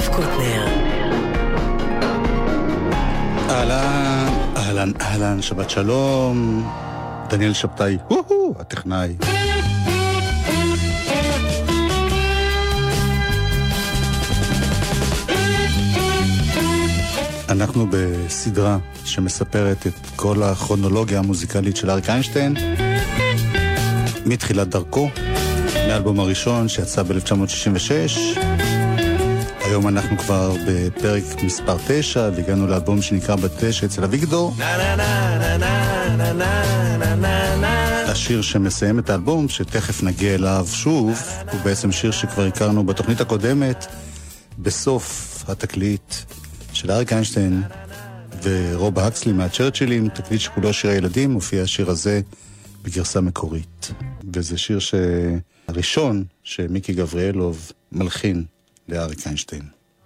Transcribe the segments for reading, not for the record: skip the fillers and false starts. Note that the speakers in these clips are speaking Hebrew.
יעקב קוטנר. אהלן, אהלן, אהלן, שבת שלום. דניאל שבתאי, הטכנאי. אנחנו בסדרה שמספרת את כל הכרונולוגיה המוזיקלית של אריק איינשטיין מתחילת דרכו, מהאלבום הראשון שיצא ב-1966. היום אנחנו כבר בפרק מספר 9 והגענו לאלבום שנקרא ב9 אצל אביגדור. השיר שמסיים את האלבום, שתכף נגיע אליו שוב, הוא בעצם שיר שכבר הכרנו בתוכנית הקודמת, בסוף התקליט של אריק איינשטיין ורוב הקסלי מהצ'רצ'ילים, תקליט שכולו שירי ילדים, מופיע השיר הזה בגרסה מקורית. וזה שיר הראשון שמיקי גבריאלוב מלחין לאריק איינשטיין.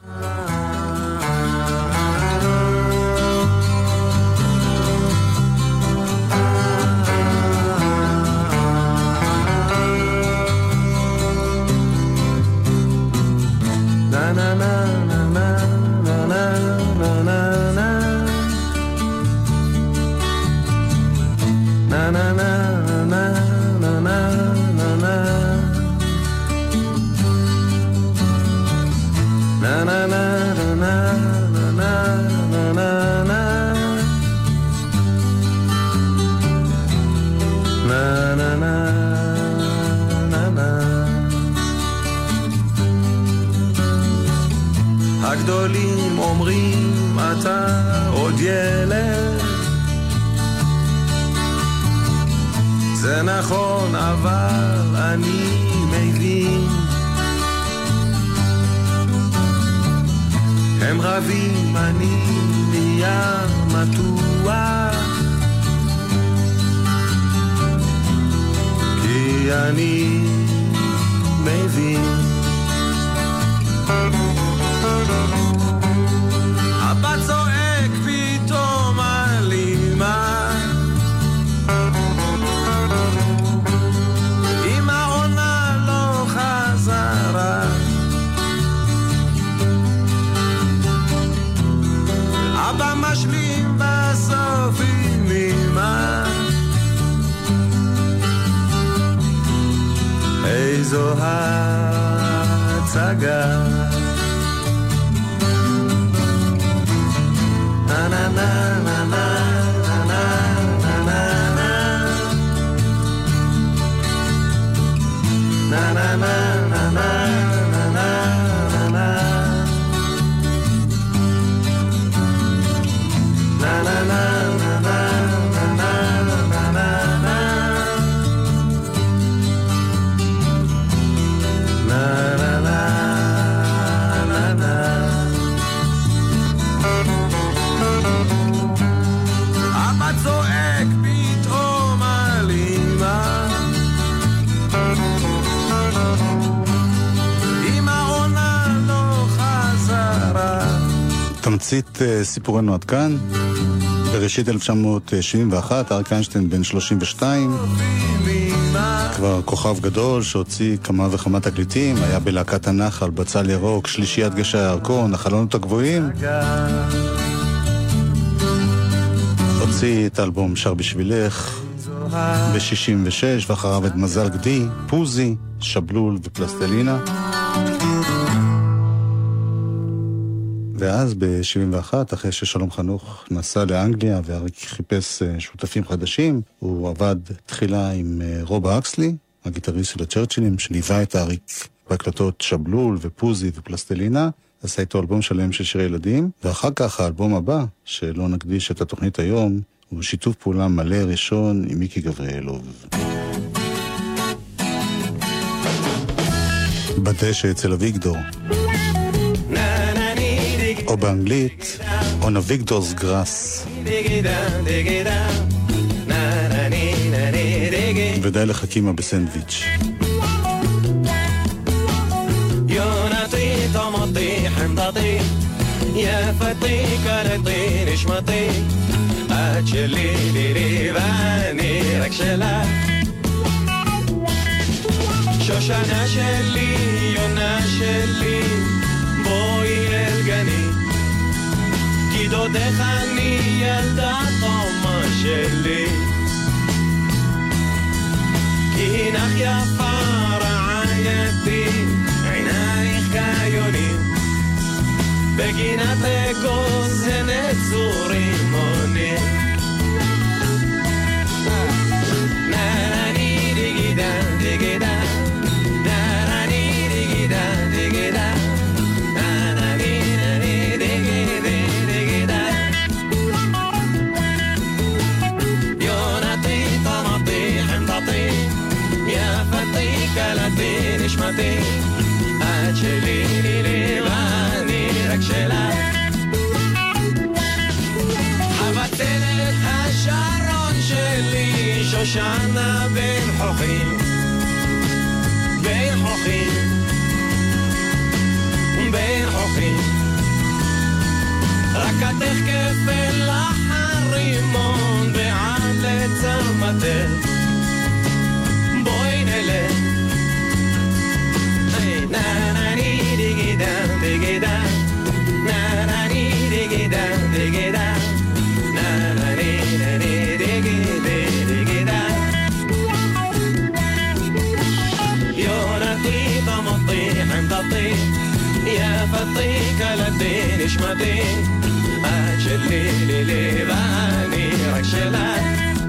הגדולים אומרים אתה עוד ילד, זה נכון אבל אני מבין, הם רבים אני נהיה מתוח, כי אני מבין. אבא צועק פתאום על אמא, אמא עונה לא חזרה, אבא משלים בסוף עם אמא, איזו הצגה. Na na na na na na na na na na na na na na na תמצית סיפורנו עד כאן. בראשית 1971 אריק איינשטיין בן 32, כבר כוכב גדול שהוציא כמה וכמה תקליטים, היה בלהקת הנחל, בצל ירוק, שלישיית גשי הירקון, החלונות הגבוהים. הוציא את האלבום שר בשבילך ב-66, ואחריו את מזל גדי, פוזי, שבלול ופלסטלינה. ואז ב-71, אחרי ששלום חנוך נסע לאנגליה ואריק חיפש שותפים חדשים, הוא עבד תחילה עם רוב הקסלי, הגיטריסט של הצ'רצ'ילים, שליווה את אריק בהקלטות שבלול ופוזי ופלסטלינה, עשה איתו אלבום שלם של שירי ילדים, ואחר כך האלבום הבא, שלא נקדיש את התוכנית היום, הוא שיתוף פעולה מלא ראשון עם מיקי גבריאלוב. בדשא אצל אביגדור. או באנגלית, On a Victor's Grass. ודי לחכימה בסנדוויץ'. יונתי תומתי חמדתי יפתי קרתי נשמתי את שלי לילי ואני רק שלך שושנה שלי יונה שלי בואי אל גני, כי דודך אני ילדה תומה שלי, כי הינך יפה רעייתי, עינייך כיונים, בגינת אגוז הנצורים עונים. נרני דיגידה דיגידה, נרני דיגידה דיגידה, נרני נרני דיגידה דיגידה, יונתי תמתי חמדתי, יפתי קלתי נשמתי, את שלי לי ואני רק שלך. חבטלת השרון שלי, שושנה בין חוכים, בין חוכים, בין חוכים, רקתך כפל החרימון ועד לצמתך, בואי נלך. נרני דיגידה דיגידה, נרני דיגידה דיגידה, נרני נרני דיגידה דיגידה, יונתי תמתי חמדתי, יפתי קלתי נשמתי, את שלי לי ואני רק שלך.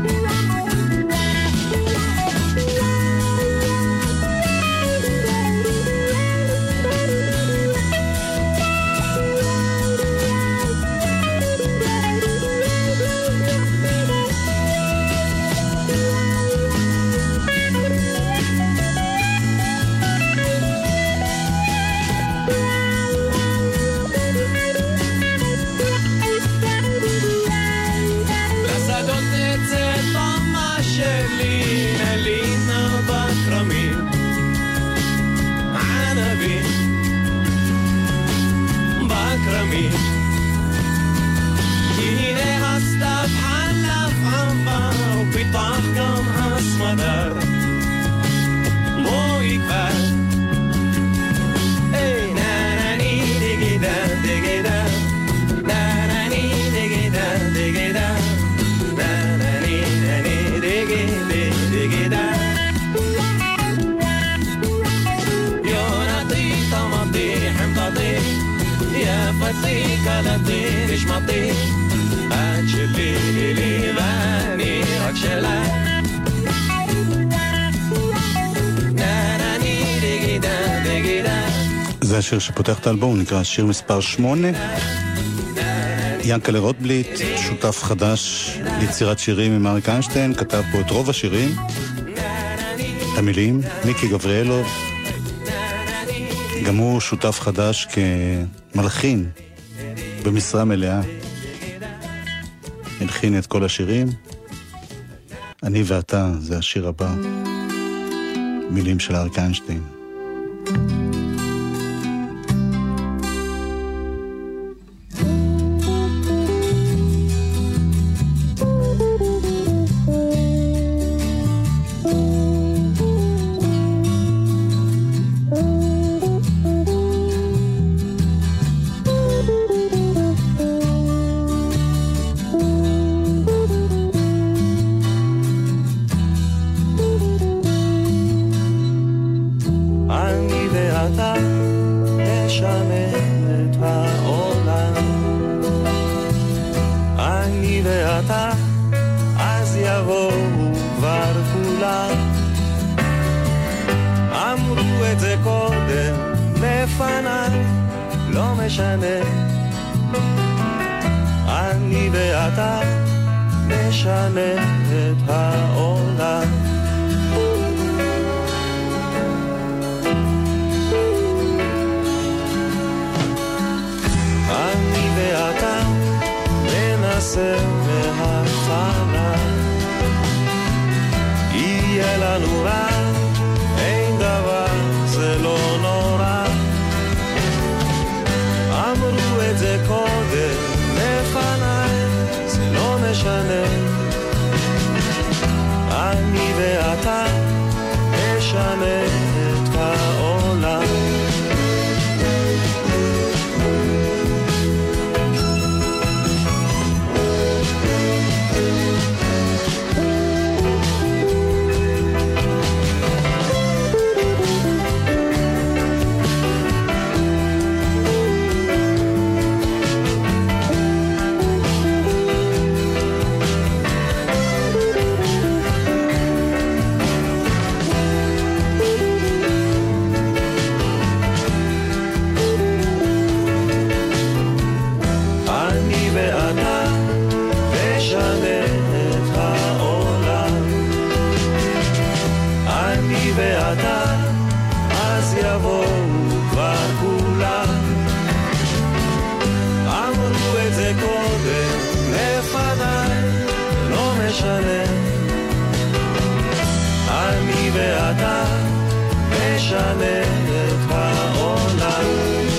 הנה הסתיו חלף עבר ופיתח גם הסמדר, בואי כבר. נרני דיגידה דיגידה, נרני דיגידה דיגידה, נרני נרני דיגידה דיגידה, יונתי תמתי חמדתי, יפתי קלתי נשמתי, את שלי לי ואני רק שלך. נרני דיגידה דיגידה. זה השיר שפותח את האלבום, נקרא שיר מספר 8. ינקלה רוטבליט, שותף חדש ליצירת שירים עם אריק איינשטיין, כתב פה את רוב השירים, את המילים, מיקי גבריאלוב, גם הוא שותף חדש כמלחין במשרה מלאה, הלחין את כל השירים. אני ואתה, זה השיר הבא, מילים של אריק איינשטיין. אני תשנה את העולם.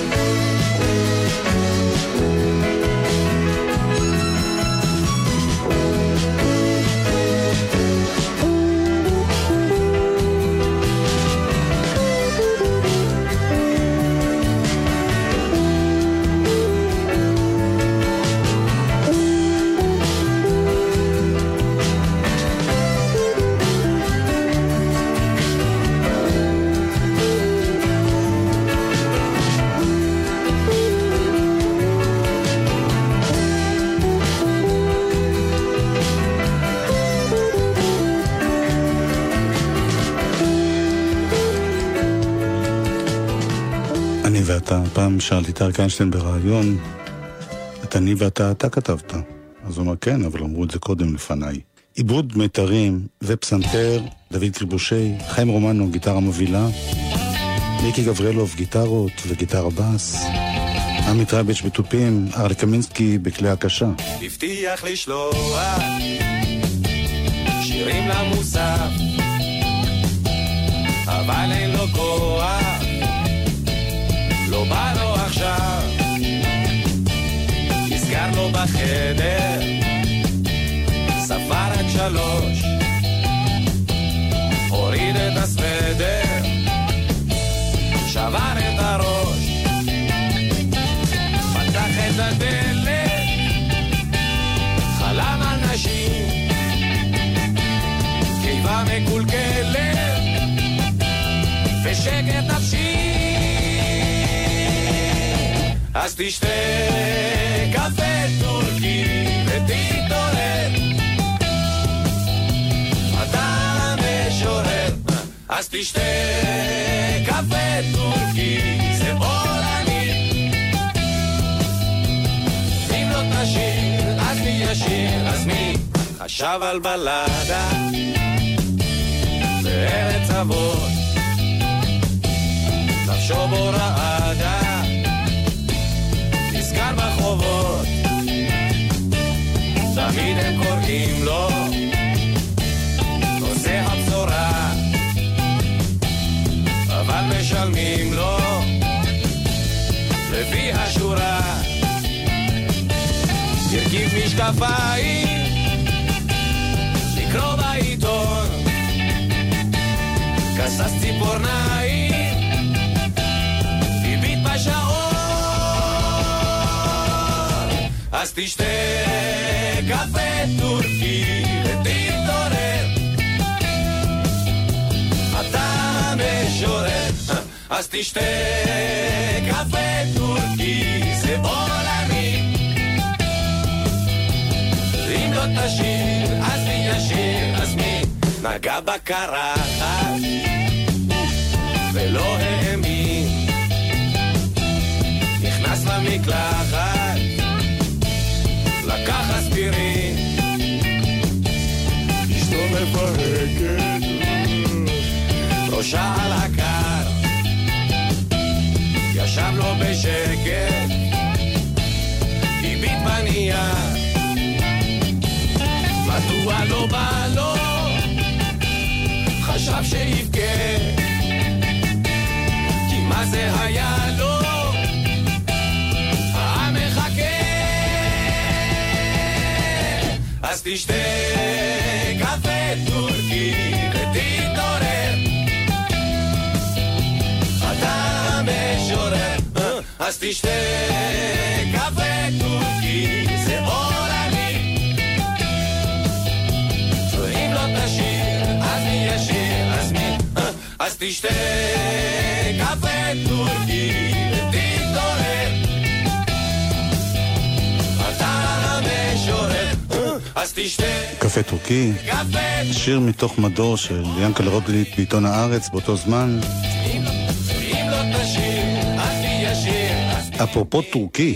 ואתה, פעם שאלתי את אריק איינשטיין ברעיון, את אני ואתה כתבת. אז הוא אמר כן, אבל אמרו את זה קודם לפניי. עיבוד מיתרים ופסנתר, דוד קריבושי, חיים רומנו, גיטרה מובילה, מיקי גבריאלוב, גיטרות וגיטרה בס, עמית רייבש בתופים, ארלי קמינסקי בכלי הקשה. הבטיח לשלוח שירים למוסף, אבל אין לו כוח, לא בא לו עכשיו, נסגר לו בחדר, ספר עד 3, הוריד את הסוודר, שבר את הראש, פתח את הדלת, חלם על נשים, קיבה מקולקלת, ושקט נפשי. אז תשתה קפה טורקי ותתעורר, אתה משורר. אז תשתה קפה טורקי, זה עולמי. אם לא תשיר אז מי ישיר? אז מי חשב על בלדה בארץ אבות, נפשו בו רעדה, נזכר בחובות, תמיד הם קוראים לו נושא הבשורה, אבל משלמים לו לפי השורה. ירכיב משקפיים, לקרוא בעיתון, כסס ציפורניים, הביט בשעון. אז תשתה קפה טורקי ותתעורר, אתה משורר. אז תשתה קפה טורקי, זה עולמי. אם לא תשיר אז מי ישיר? אז מי נגע בקרחת ולא האמין, נכנס למקלחת, לקח אספירין, אשתו מפהקת, ראשה על הקר, ישב לו בשקט, הביט בנייר, מדוע לא בא לו, חשב שיבכה, כי מה זה היה לו, העם מחכה. אז תשתה קפה טורקי ותתעורר, אתה משורר. אז תשתה קפה טורקי, זה עולמי. אם לא תשיר אז מי ישיר? אז מי? אז תשתה קפה טורקי ותתעורר, אתה משורר. אז תשתה קפה טורקי, שיר מתוך מדור של ינקל רוטבליט בעיתון הארץ באותו זמן. אם לא תשיר אז מי ישיר? אפרופו טורקי,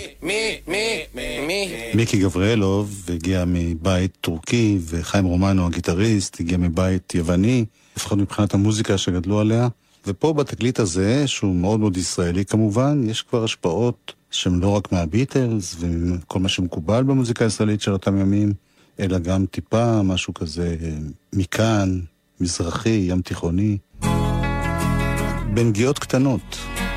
מיקי גבריאלוב הגיע מבית טורקי, וחיים רומנו הגיטריסט הגיע מבית יווני, לפחות מבחינת המוזיקה שגדלו עליה. ופה בתקליט הזה, שהוא מאוד מאוד ישראלי כמובן, יש כבר השפעות שהן לא רק מהביטלס וכל מה שמקובל במוזיקה הישראלית של אותם ימים, אלא גם טיפה משהו כזה מכאן, מזרחי, ים תיכוני. בנגיעות קטנות.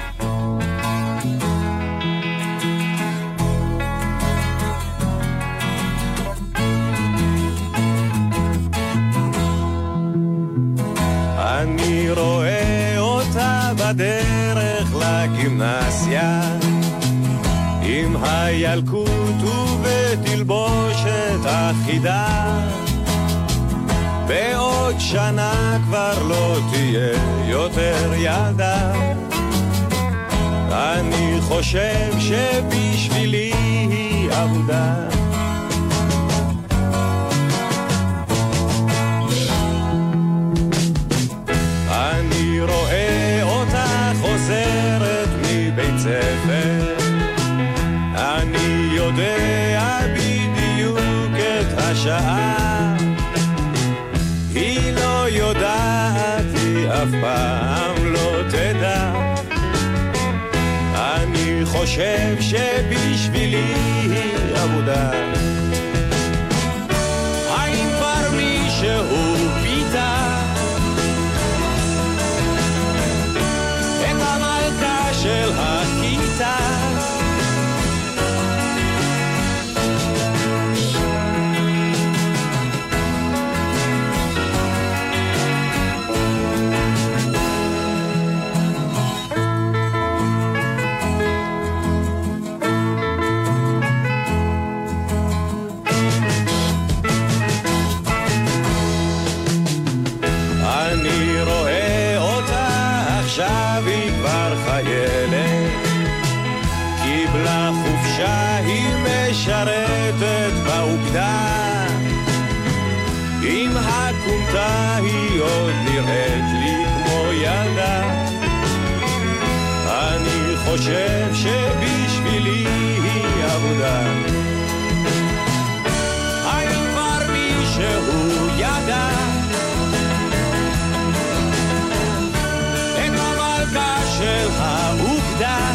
אני רואה אותה בדרך לגימנסיה עם הילקוט ובתלבושת אחידה, בעוד שנה כבר לא תהיה יותר ילדה. אני חושב שבשבילי היא עבודה. אני רואה אותה חוזרת מבית ספר, אני יודע בדיוק את השעה, היא לא יודעת, היא אף פעם לא תדע. אני חושב שבשבילי היא עבודה. האם כבר מישהו פיתה את המלכה של הכיתה? עכשיו היא כבר חיילת, קיבלה חופשה, היא משרתת באוגדה. עם הקומתה היא עוד נראית לי כמו ילדה. אני חושב שבשבילי היא עבודה. האם כבר מישהו ידע של האוגדה?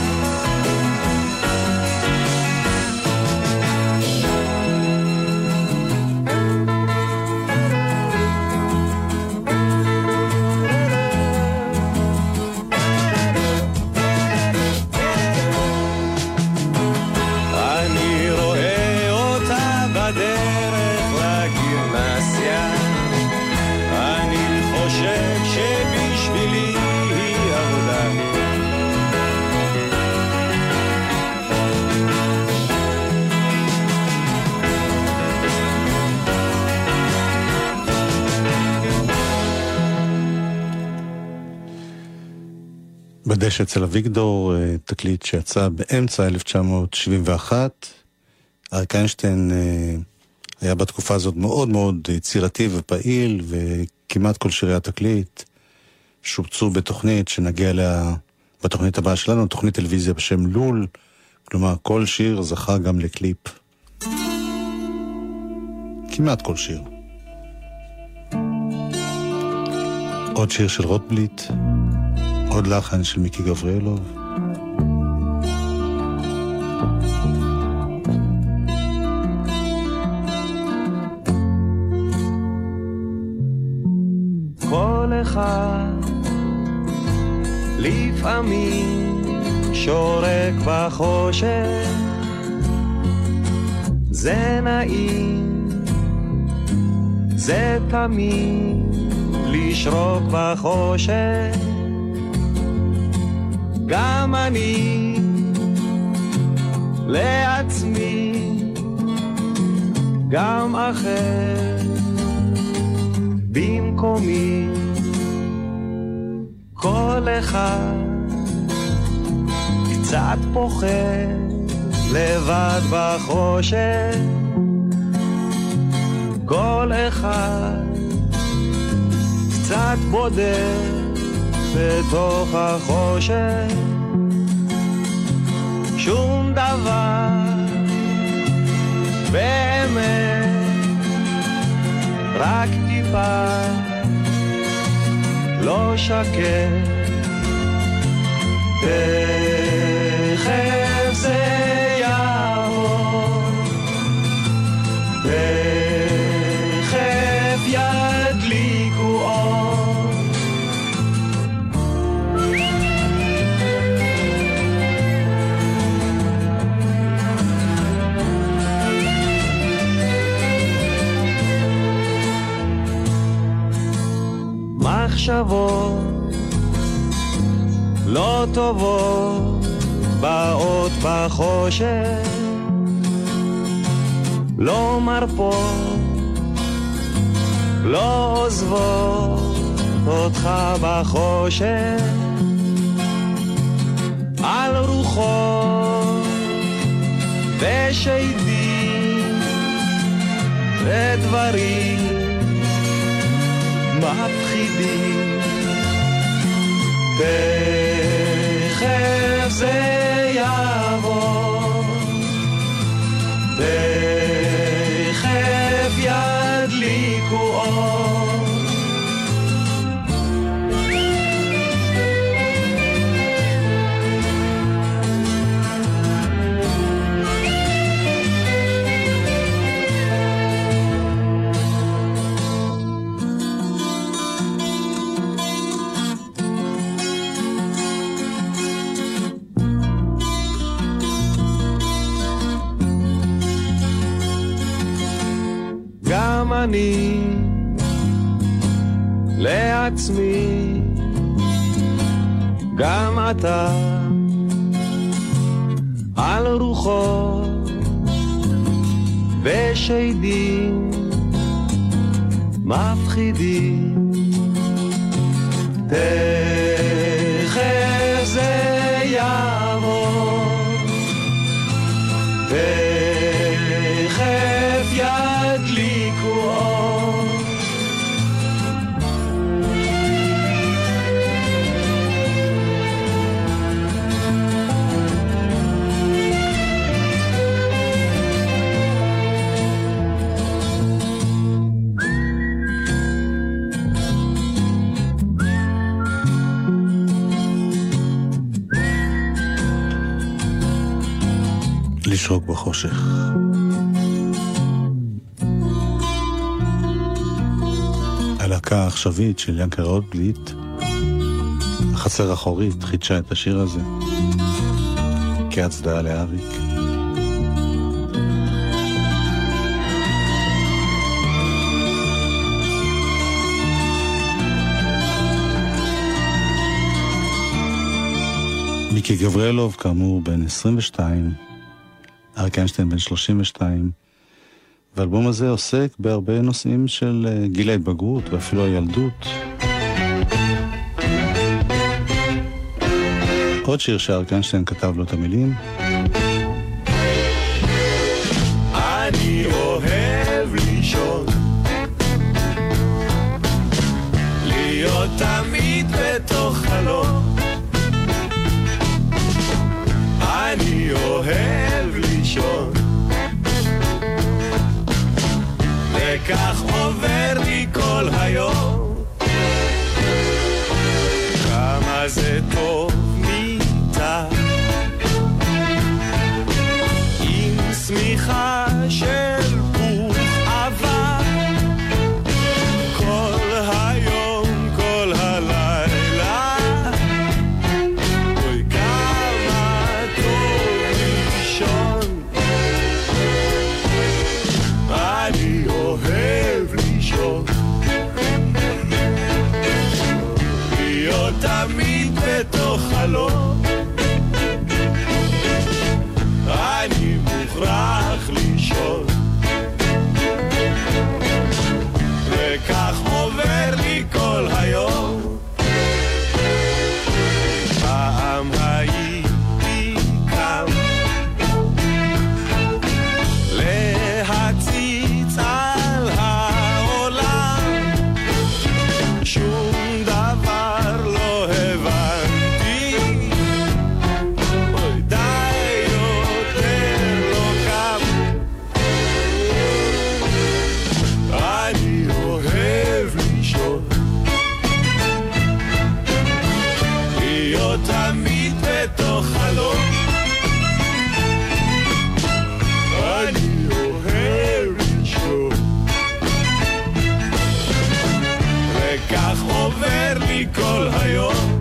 אני רואה אותה בדרך לגימנסיה, אני חושב שבשבילי היא עבודה. בדשא אצל אביגדור, תקליט שיצא באמצע 1971. אריק איינשטיין היה בתקופה הזאת מאוד מאוד יצירתי ופעיל, וכמעט כל שירי התקליט שובצו בתוכנית שנגיע אליה בתוכנית הבאה שלנו, תוכנית טלוויזיה בשם לול. כלומר, כל שיר זכה גם לקליפ. כמעט כל שיר. עוד שיר של רוטבליט, עוד לחן של מיקי גבריאלוב. כל אחד לפעמים שורק בחושך, זה נעים, זה תמיד לשרוק בחושך. גם אני לעצמי, גם אחר במקומי. כל אחד קצת פוחד לבד בחושך, כל אחד קצת בודד בתוך החושך. שום דבר באמת, רק טיפה לא שקט. תכף זה יעבור, תכף ידליקו אור. מחשבות לא טובות באות בחושך, לא מרפות, לא עוזבות אותך בחושך, על רוחות ושדים ודברים מפחידים. תכף זה יעבור, תכף ידליקו אור. גם אני לעצמי, גם אתה, על רוחות ושדים מפחידים. תכף זה יעבור, תכף ידליקו אור. לשרוק בחושך. הלהקה העכשווית של ינקה רוטבליט, החצר האחורית, חידשה את השיר הזה כהצדעה לאריק. מיקי גבריאלוב כאמור בן 22, אריק איינשטיין בן 32, והאלבום הזה עוסק בהרבה נושאים של גיל ההתבגרות ואפילו הילדות. עוד שיר שאריק איינשטיין כתב לו את המילים. אני אוהב לישון, להיות תמיד בתוך חלום. אני אוהב לישון, וכך עובר לי כל היום. כמה זה טוב מיטה עם שמיכה של פוך עבר, כל היום כל הלילה. אוי כמה טוב לישון, אני אוהב לישון, להיות תמיד בתוך חלום. אני מוכרח לישון, וכך עובר לי כל היום. פעם הייתי קם להציץ על העולם, שום דבר לא הבנתי, אוי די יותר לא קם. אני אוהב לישון, להיות תמיד בתוך חלום. אני אוהב לישון, וכך עובר לי כל היום.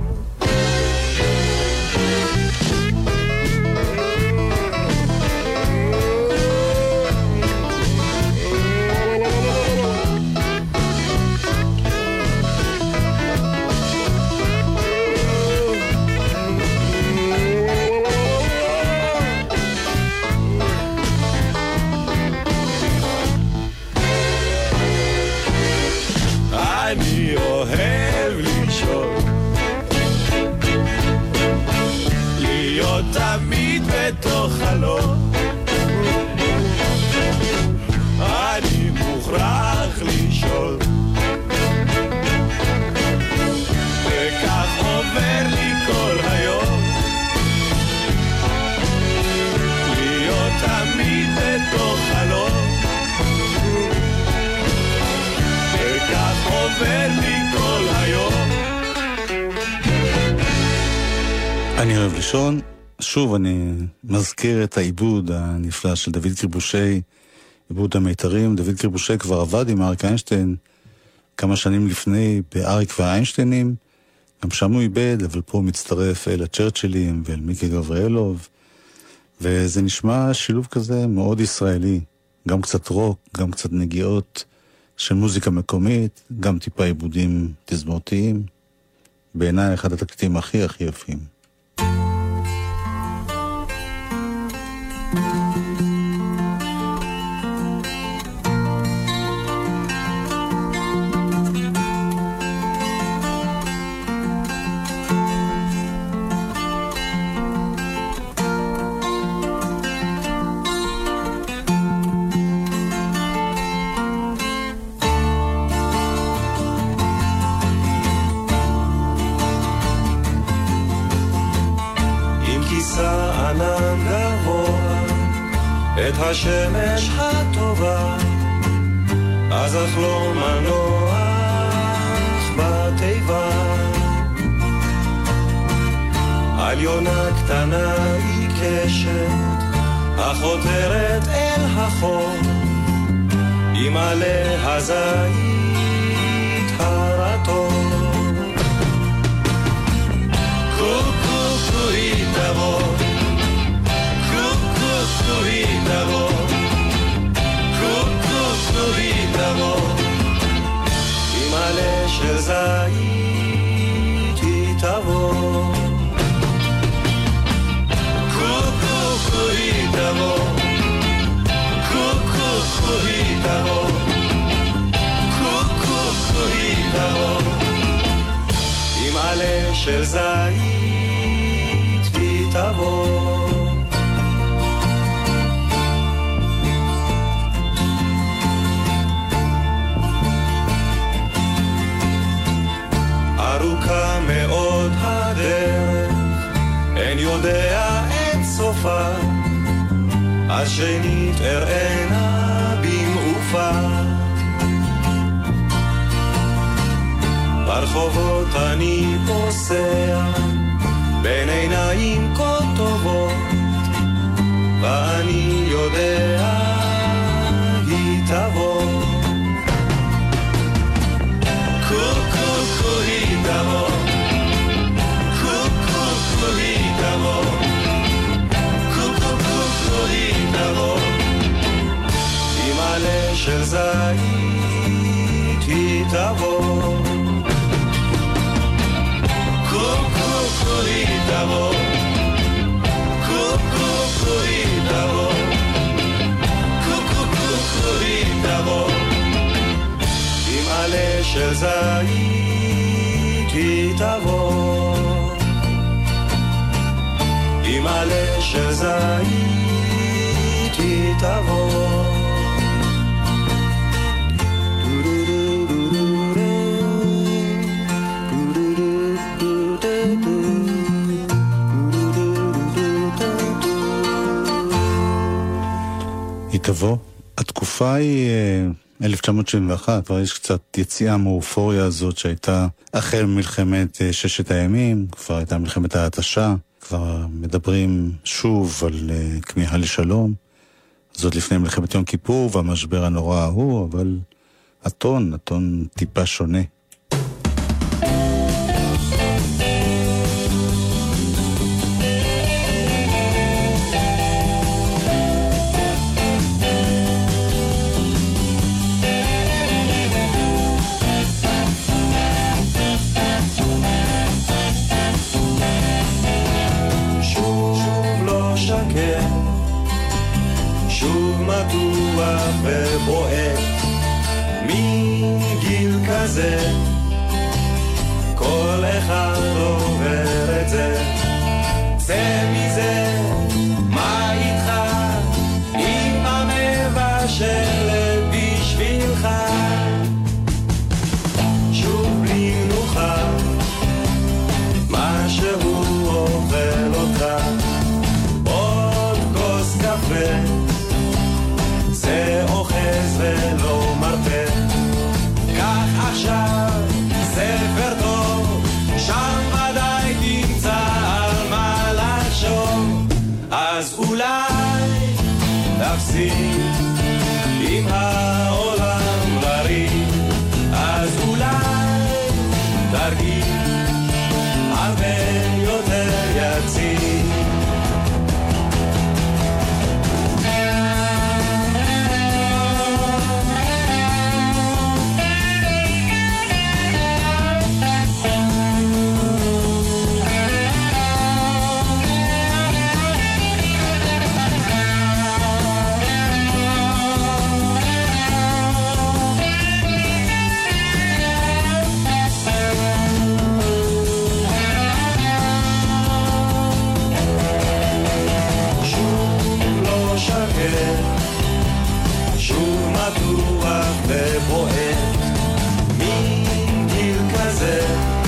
אני אוהב לישון. שוב אני מזכיר את העיבוד הנפלא של דוד קרבושי, עיבוד המיתרים. דוד קרבושי כבר עבד עם אריק איינשטיין כמה שנים לפני באריק והאיינשטיינים, גם שם הוא איבד, אבל פה הוא מצטרף אל הצ'רצ'ילים ואל מיקי גבריאלוב, וזה נשמע שילוב כזה מאוד ישראלי, גם קצת רוק, גם קצת נגיעות של מוזיקה מקומית, גם טיפה עיבודים תזמורתיים. בעיניי אחד התקליטים הכי יפים. השמש הטובה, אז אחלום מנוח בתיבה. על יונה קטנה עיקשת, החותרת אל החור, עם עלה הזית הרטוב. קוקו היא תבוא, קוקו היא תבוא, קוקו היא תבוא, עם עלה של זית היא תבוא. קוקו היא תבוא, קוקו היא תבוא, קוקו היא תבוא, עם עלה של זית היא תבוא. ארוכה מאוד הדרך, אין יודע את סופה, אז שנית אראנה במעופה. ברחובות אני פוסע, בין עיניים כה טובות, ואני יודע היא תבוא. קוקו היא תבוא, קוקו היא תבוא, קוקו היא תבוא, עם עלה של זית היא תבוא. קוקו היא תבוא, קוקו היא תבוא, קוקו היא תבוא, עם עלה של זית היא תבוא, עם עלה של זית היא תבוא. היא תבוא. התקופה היא 1971, כבר יש קצת יציאה מאופוריה הזאת שהייתה אחרי מלחמת ששת הימים, כבר הייתה מלחמת ההתשה, כבר מדברים שוב על כמיהה לשלום, זאת לפני מלחמת יום כיפור והמשבר הנורא ההוא, אבל הטון טיפה שונה. שוב מתוח ובועט מגיל כזה, כל אחד עובר את זה. צא מזה, מה איתך, עם המבשלת בשבילך, שוב בלי מנוחה, מה שהוא אוכל אותך, עוד כוס קפה, זה אוחז ולא מרפא. קח עכשיו ספר טוב, שם בדף יוצאים עם העולם לריב, אז אולי תרגיש הרבה יותר יציב. ובועט מגיל כזה,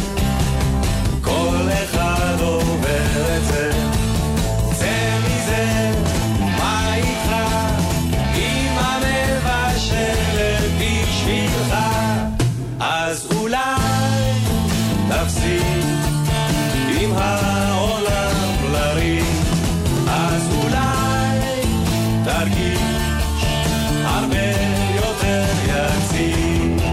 כל אחד עובר את זה. צא מזה, מה איתך? אמא מבשלת בשבילך, אז אולי תפסיק עם העולם לריב, אז אולי תרגיש הרבה יותר יציב.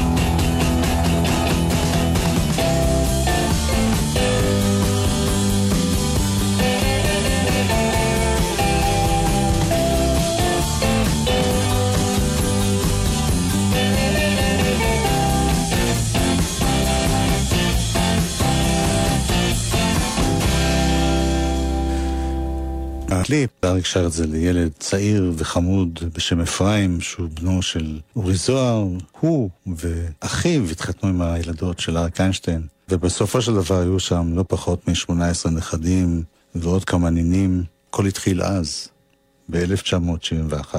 הקליפ, אריק שר את זה לילד צעיר וחמוד בשם אפרים, שהוא בנו של אורי זוהר. הוא ואחיו התחתנו עם הילדות של אריק איינשטיין, ובסופו של דבר היו שם לא פחות מ-18 נכדים ועוד כמה נינים. הכל התחיל אז, ב-1971.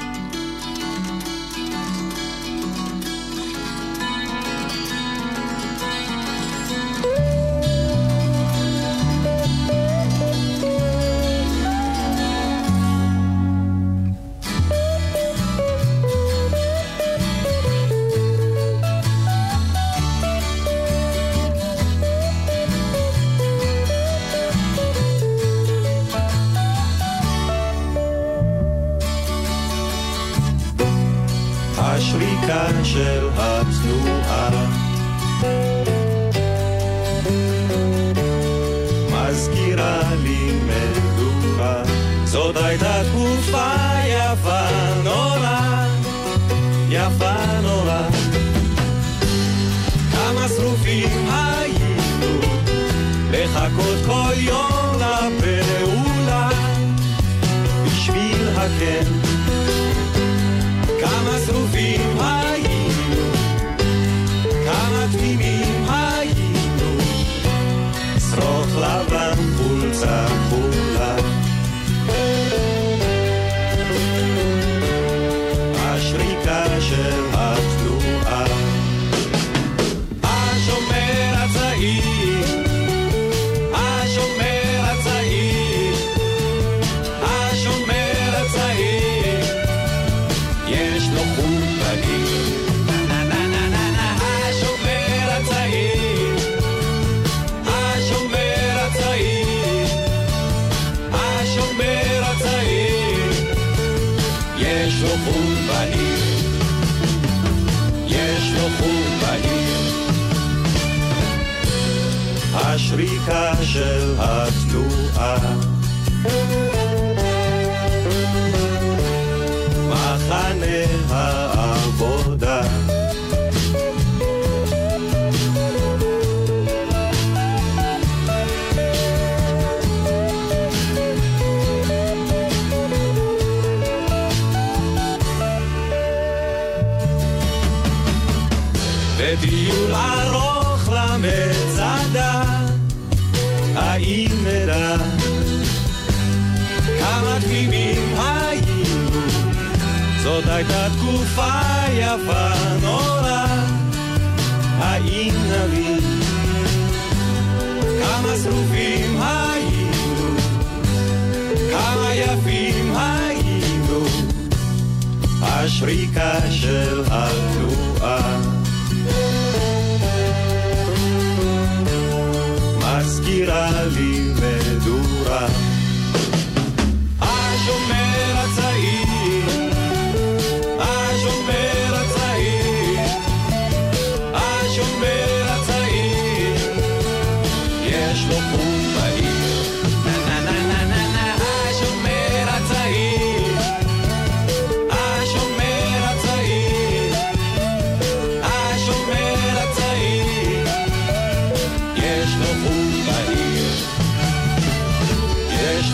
השריקה של התנועה מזכירה לי מדורה, זאת הייתה תקופה יפה נורא, יפה נורא. כמה שרופים היינו לחכות כל יום לפעולה בשביל הכן. כמה שרופים היינו, כמה תמימים היינו, שרוך לבן חולצה כחולה. השריקה של התנועה, השומר הצעיר, השומר הצעיר, השומר הצעיר, יש לו חום בגיר. השומר הצעיר, השומר הצעיר, השומר הצעיר, יש לו חום בגיר, יש לו חום בגיר. השריקה של התנועה, מחנה העבודה, וטיול ארוך למצדה, האם נדע כמה תמימים היינו, זאת הייתה תקופה יפה נורא, האם נבין כמה שרופים היינו, כמה יפים היינו. השריקה של התנועה מזכירה לי מדורה. השומר הצעיר,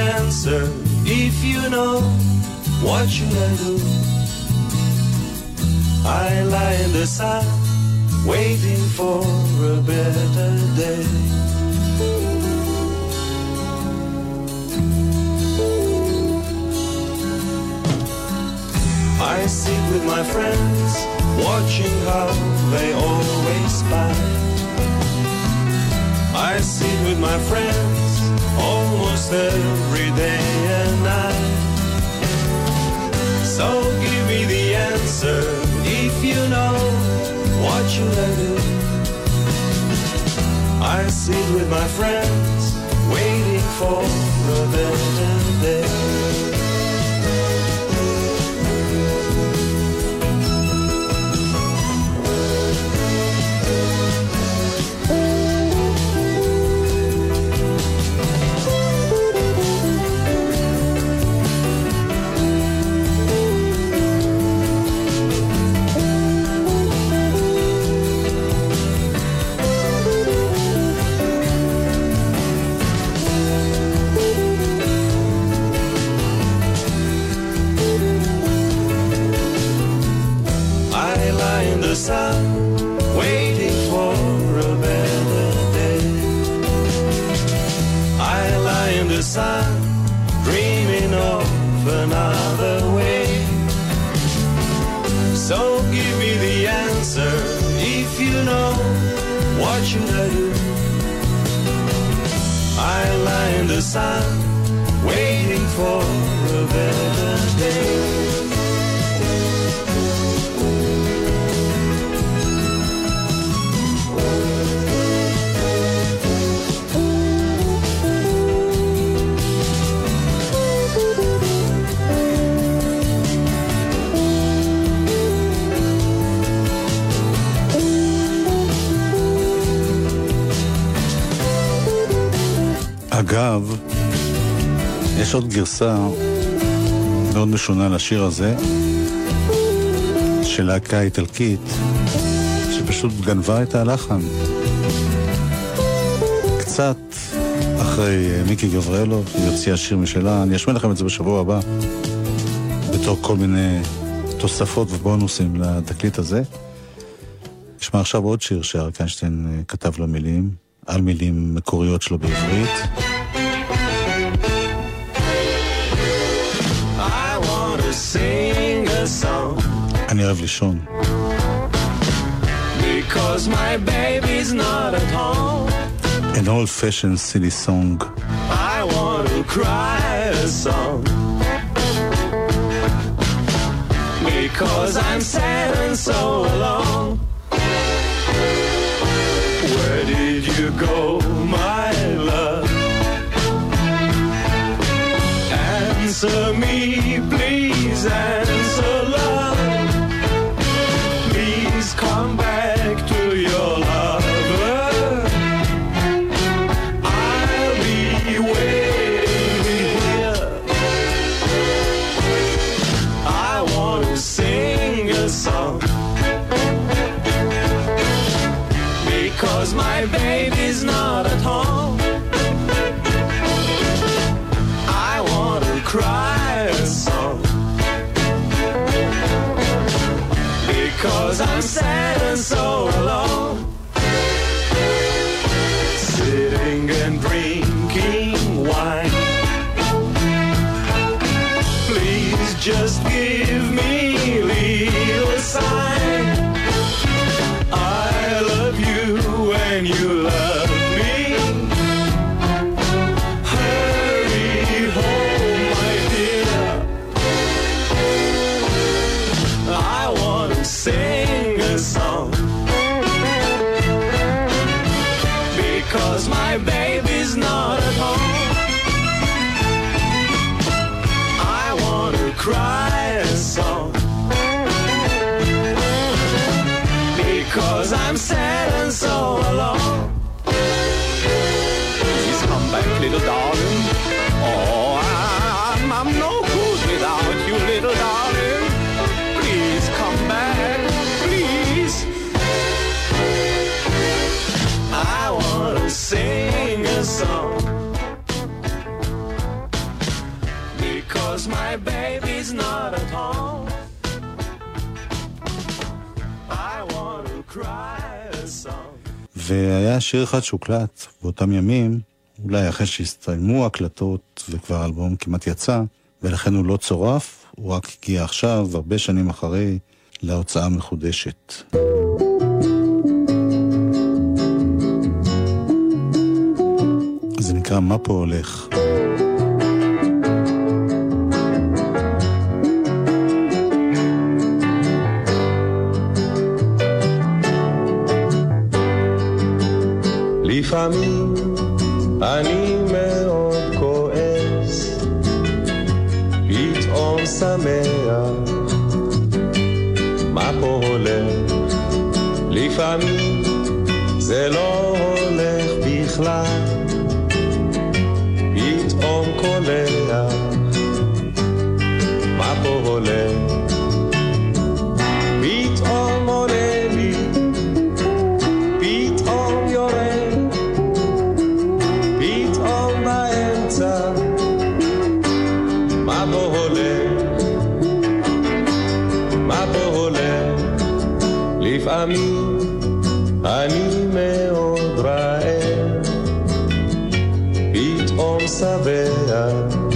answer. If you know, what should I do? I lie in the sun, waiting for a better day. I sit with my friends, watching how they always fight. I sit with my friends almost every day and night. So give me the answer, if you know, what should I do? I sit with my friends, waiting for a better day. Sun, waiting for a better day. I lie in the sun, dreaming of another way. So give me the answer, if you know, what should I do? I lie in the sun, waiting for a better day. אגב, יש עוד גרסה מאוד משונה לשיר הזה של להקה איטלקית שפשוט גנבה את הלחן קצת אחרי מיקי גבריאלוב. היא הוציאה שיר משלה, אני אשמיע לכם את זה בשבוע הבא בתור כל מיני תוספות ובונוסים לתקליט הזה. נשמע עכשיו עוד שיר שאריק איינשטיין כתב לו מילים על מילים מקוריות שלו בעברית. אני אוהב לישון. Because my baby's not at home. An old-fashioned silly song. I want to cry a song. Because I'm sad and so alone. Where did you go, my love? Answer me, please answer, love. Please come back to your lover. I'll be waiting here. I want to sing a song. Because my baby's not at home. I want to cry a song. Because I'm sad and so alone. Sitting and drinking wine. Please just give me a little sign. I love you and you love me. Hurry home, my dear. I want to sing a song. Because my baby's not at home. I want to cry a song. Because I'm sad and so alone. Please come back, little darling. Oh, I'm no good without you, little darling. Please come back, please. I want to sing a song. at home. I want to cry a song. והיה שיר אחד שהוקלט באותם ימים, אולי אחרי שהסתיימו הקלטות וכבר אלבום כמעט יצא, ולכן הוא לא צורף, הוא רק הגיע עכשיו, הרבה שנים אחרי, להוצאה מחודשת. זה נקרא מה פה הולך. לפעמים אני מאוד כועס, פתאום שמח, מה פה הולך? לפעמים זה לא הולך בכלל, פתאום קולח, מה פה הולך? פתאום עולה לי, פתאום יורד, פתאום באמצע, מה פה הולך? מה פה הולך? לפעמים אני מאוד רעב, פתאום שבע,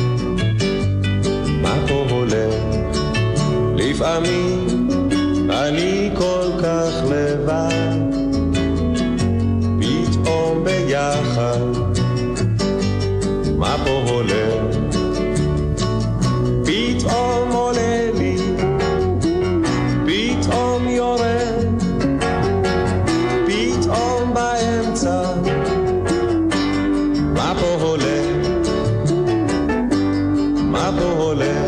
מה פה הולך? לפעמים אני כל כך לבד, פתאום ביחד, מה פה הולך? פתאום עולה לי, פתאום יורד, פתאום באמצע, מה פה הולך? מה פה הולך?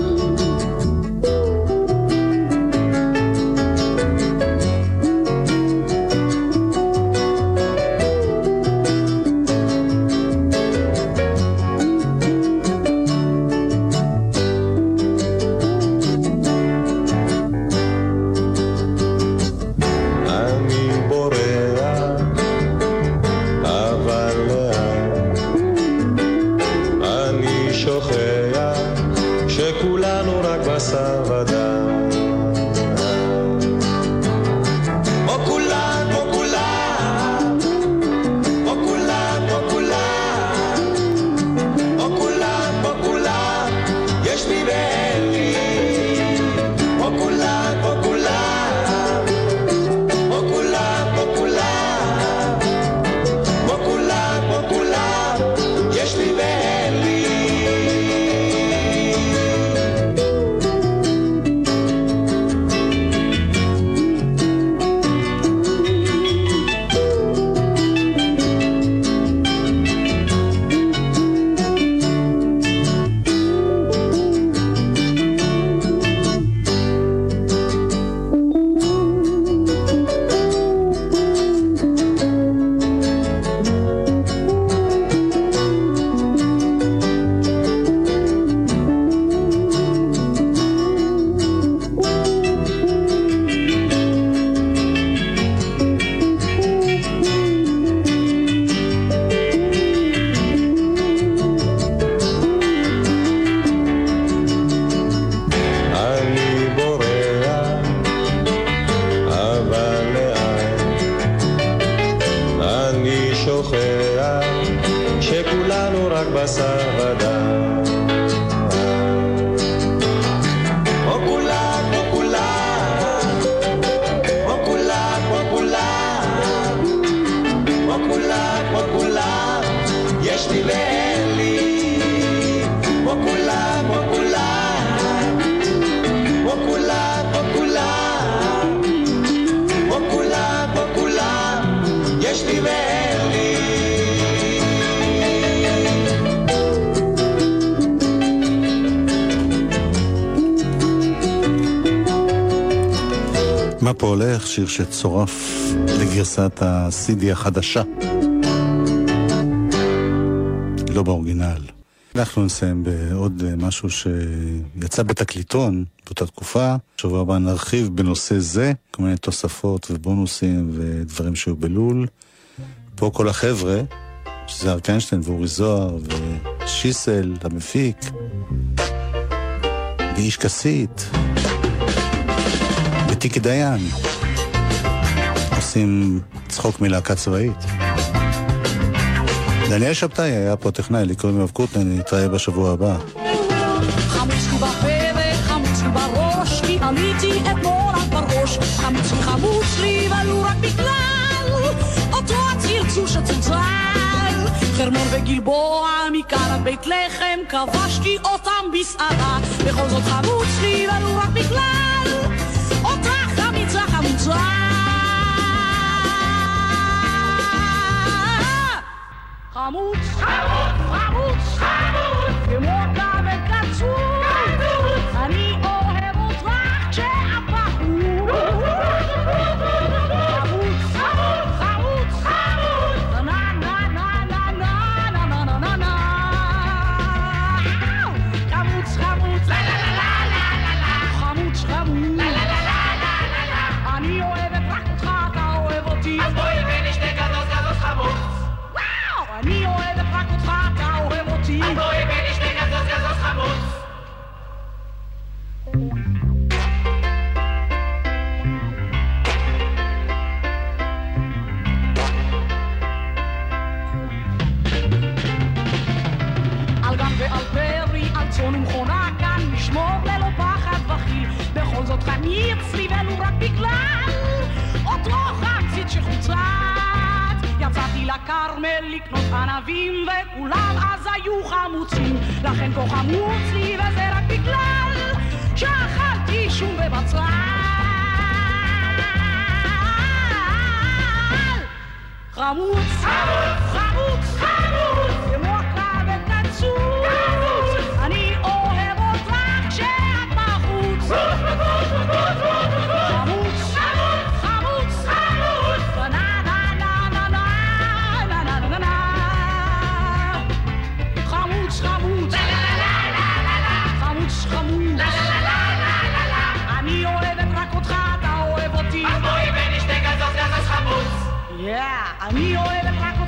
מה פה הולך? שיר שצורף לגרסת ה-CD החדשה, לא באורגינל. אנחנו נסיים בעוד משהו שיצא בתקליטון באותה תקופה. שבוע הבא נרחיב בנושא זה, כל מיני תוספות ובונוסים ודברים שהיו בלול. פה כל החבר'ה, שזה אריק איינשטיין ואורי זוהר ושיסל המפיק, ואיש כסית, ותיקי דיין, עושים צחוק מלהקה צבאית. דניאל שבתאי היה פה טכנאי, לי קוראים יואב קוטנר, נתראה בשבוע הבא. חמוץ לי בפה וחמוץ לי בראש, כי עליתי אתמול רק בראש. חמוץ לי ולו רק בגלל אותו הצלצול שצלצל. חרמון וגלבוע מכאן עד בית לחם, כבשתי אותם בסערה. בכל זאת חמוץ לי ולו רק בגלל אותה חמיצה חמוצה. חמוץ, חמוץ, חמוץ, חמוץ, כמו כבד קצור, אני אוהב אותך כשאת בחוץ. חמוץ, חמוץ, חמוץ, חמוץ, נה נה נה נה נה נה נה נה נה נה. חמוץ, חמוץ, לה לה לה לה לה לה. חמוץ, חמוץ, לה לה לה לה לה לה. אני אוהבת רק אותך, אתה אוהב אותי, אז בואי ונשתה גזוז גזוז חמוץ. אני אוהבת רק אותך, אתה אוהב אותי, אז בואי ונשתה גזוז גזוז חמוץ. על גן ועל פרי, על צאן ומכונה כאן, נשמור ללא פחד וכי, בכל זאת חמיץ לי ולו רק בגלל אותו חצית שחוצת. יצאתי לכרמל לקנות ענבים וכולם אז היו חמוצים, לכן כה חמוץ לי וזה רק בגלל שאכלתי שום בבצל. חמוץ, חמוץ, חמוץ, חמוץ, כמו כבד קצור, אני אוהב אותך כשאת בחוץ. חמוץ, חמוץ, חמוץ, חמוץ, נה נה נה נה נה נה נה נה נה. חמוץ, חמוץ, לה לה לה לה לה לה. חמוץ, חמוץ, לה לה לה לה לה לה. אני אוהבת רק אותך, אתה אוהב אותי, אז בואי ונשתה גזוז גזוז חמוץ. אני אוהבת רק אותך,